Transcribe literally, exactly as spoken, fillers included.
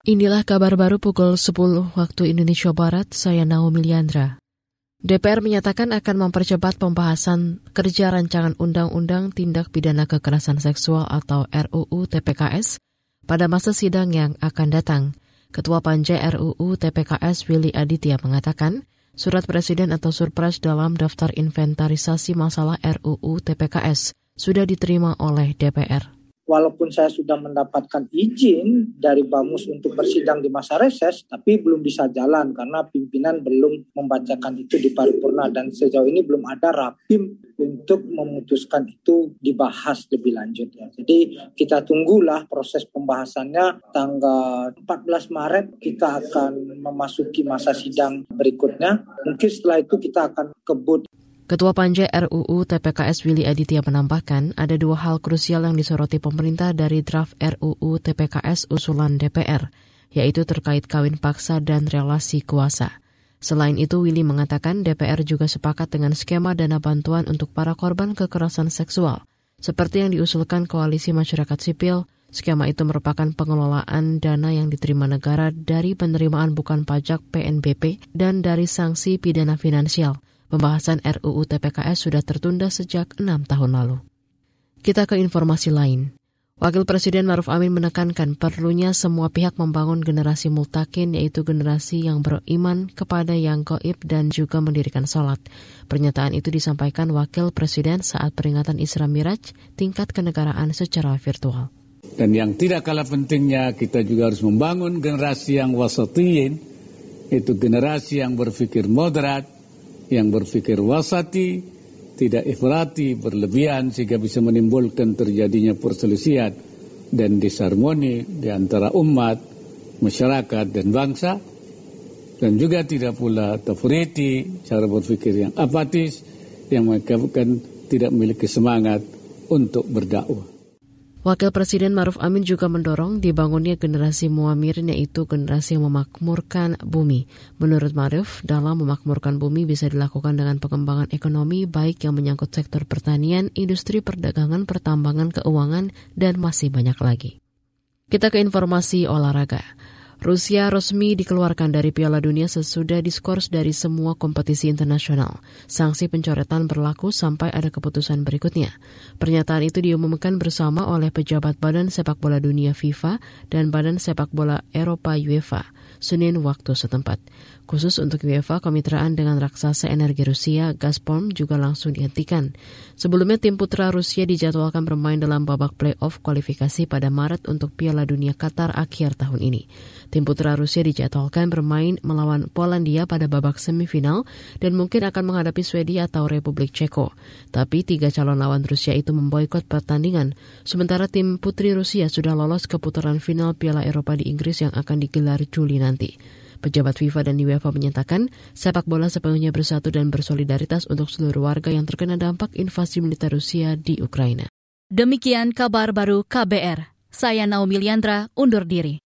Inilah kabar baru pukul sepuluh waktu Indonesia Barat, saya Naomi Liandra. D P R menyatakan akan mempercepat pembahasan kerja rancangan Undang-Undang Tindak Pidana Kekerasan Seksual atau R U U T P K S pada masa sidang yang akan datang. Ketua Panja R U U T P K S Willy Aditya mengatakan, surat Presiden atau Surpres dalam daftar inventarisasi masalah R U U T P K S sudah diterima oleh D P R. Walaupun saya sudah mendapatkan izin dari Bamus untuk bersidang di masa reses, tapi belum bisa jalan karena pimpinan belum membacakan itu di paripurna dan sejauh ini belum ada rapim untuk memutuskan itu dibahas lebih lanjut. Ya. Jadi kita tunggulah proses pembahasannya tanggal empat belas Maret kita akan memasuki masa sidang berikutnya. Mungkin setelah itu kita akan kebut. Ketua Panja R U U T P K S Willy Aditya menambahkan ada dua hal krusial yang disoroti pemerintah dari draft R U U T P K S usulan D P R, yaitu terkait kawin paksa dan relasi kuasa. Selain itu, Willy mengatakan D P R juga sepakat dengan skema dana bantuan untuk para korban kekerasan seksual. Seperti yang diusulkan Koalisi Masyarakat Sipil, skema itu merupakan pengelolaan dana yang diterima negara dari penerimaan bukan pajak P N B P dan dari sanksi pidana finansial. Pembahasan R U U T P K S sudah tertunda sejak enam tahun lalu. Kita ke informasi lain. Wakil Presiden Maruf Amin menekankan perlunya semua pihak membangun generasi multakin, yaitu generasi yang beriman kepada yang gaib dan juga mendirikan salat. Pernyataan itu disampaikan Wakil Presiden saat peringatan Isra Miraj tingkat kenegaraan secara virtual. Dan yang tidak kalah pentingnya, kita juga harus membangun generasi yang wasatiyin, itu generasi yang berpikir moderat, yang berpikir wasati, tidak ifrati, berlebihan sehingga bisa menimbulkan terjadinya perselisihan dan disharmoni di antara umat, masyarakat dan bangsa, dan juga tidak pula tafriti, cara berpikir yang apatis, yang mengakibatkan tidak memiliki semangat untuk berdakwah. Wakil Presiden Maruf Amin juga mendorong dibangunnya generasi muamirin, yaitu generasi yang memakmurkan bumi. Menurut Maruf, dalam memakmurkan bumi bisa dilakukan dengan pengembangan ekonomi baik yang menyangkut sektor pertanian, industri perdagangan, pertambangan, keuangan, dan masih banyak lagi. Kita ke informasi olahraga. Rusia resmi dikeluarkan dari Piala Dunia sesudah diskors dari semua kompetisi internasional. Sanksi pencoretan berlaku sampai ada keputusan berikutnya. Pernyataan itu diumumkan bersama oleh pejabat Badan Sepak Bola Dunia FIFA dan Badan Sepak Bola Eropa UEFA, Senin waktu setempat. Khusus untuk UEFA, kemitraan dengan raksasa energi Rusia, Gazprom, juga langsung dihentikan. Sebelumnya tim putra Rusia dijadwalkan bermain dalam babak play-off kualifikasi pada Maret untuk Piala Dunia Qatar akhir tahun ini. Tim putra Rusia dijadwalkan bermain melawan Polandia pada babak semifinal dan mungkin akan menghadapi Swedia atau Republik Ceko. Tapi tiga calon lawan Rusia itu memboikot pertandingan, sementara tim putri Rusia sudah lolos ke putaran final Piala Eropa di Inggris yang akan digelar Juli nanti. Pejabat FIFA dan UEFA menyatakan sepak bola sepenuhnya bersatu dan bersolidaritas untuk seluruh warga yang terkena dampak invasi militer Rusia di Ukraina. Demikian kabar baru K B R. Saya Naomi Liandra, undur diri.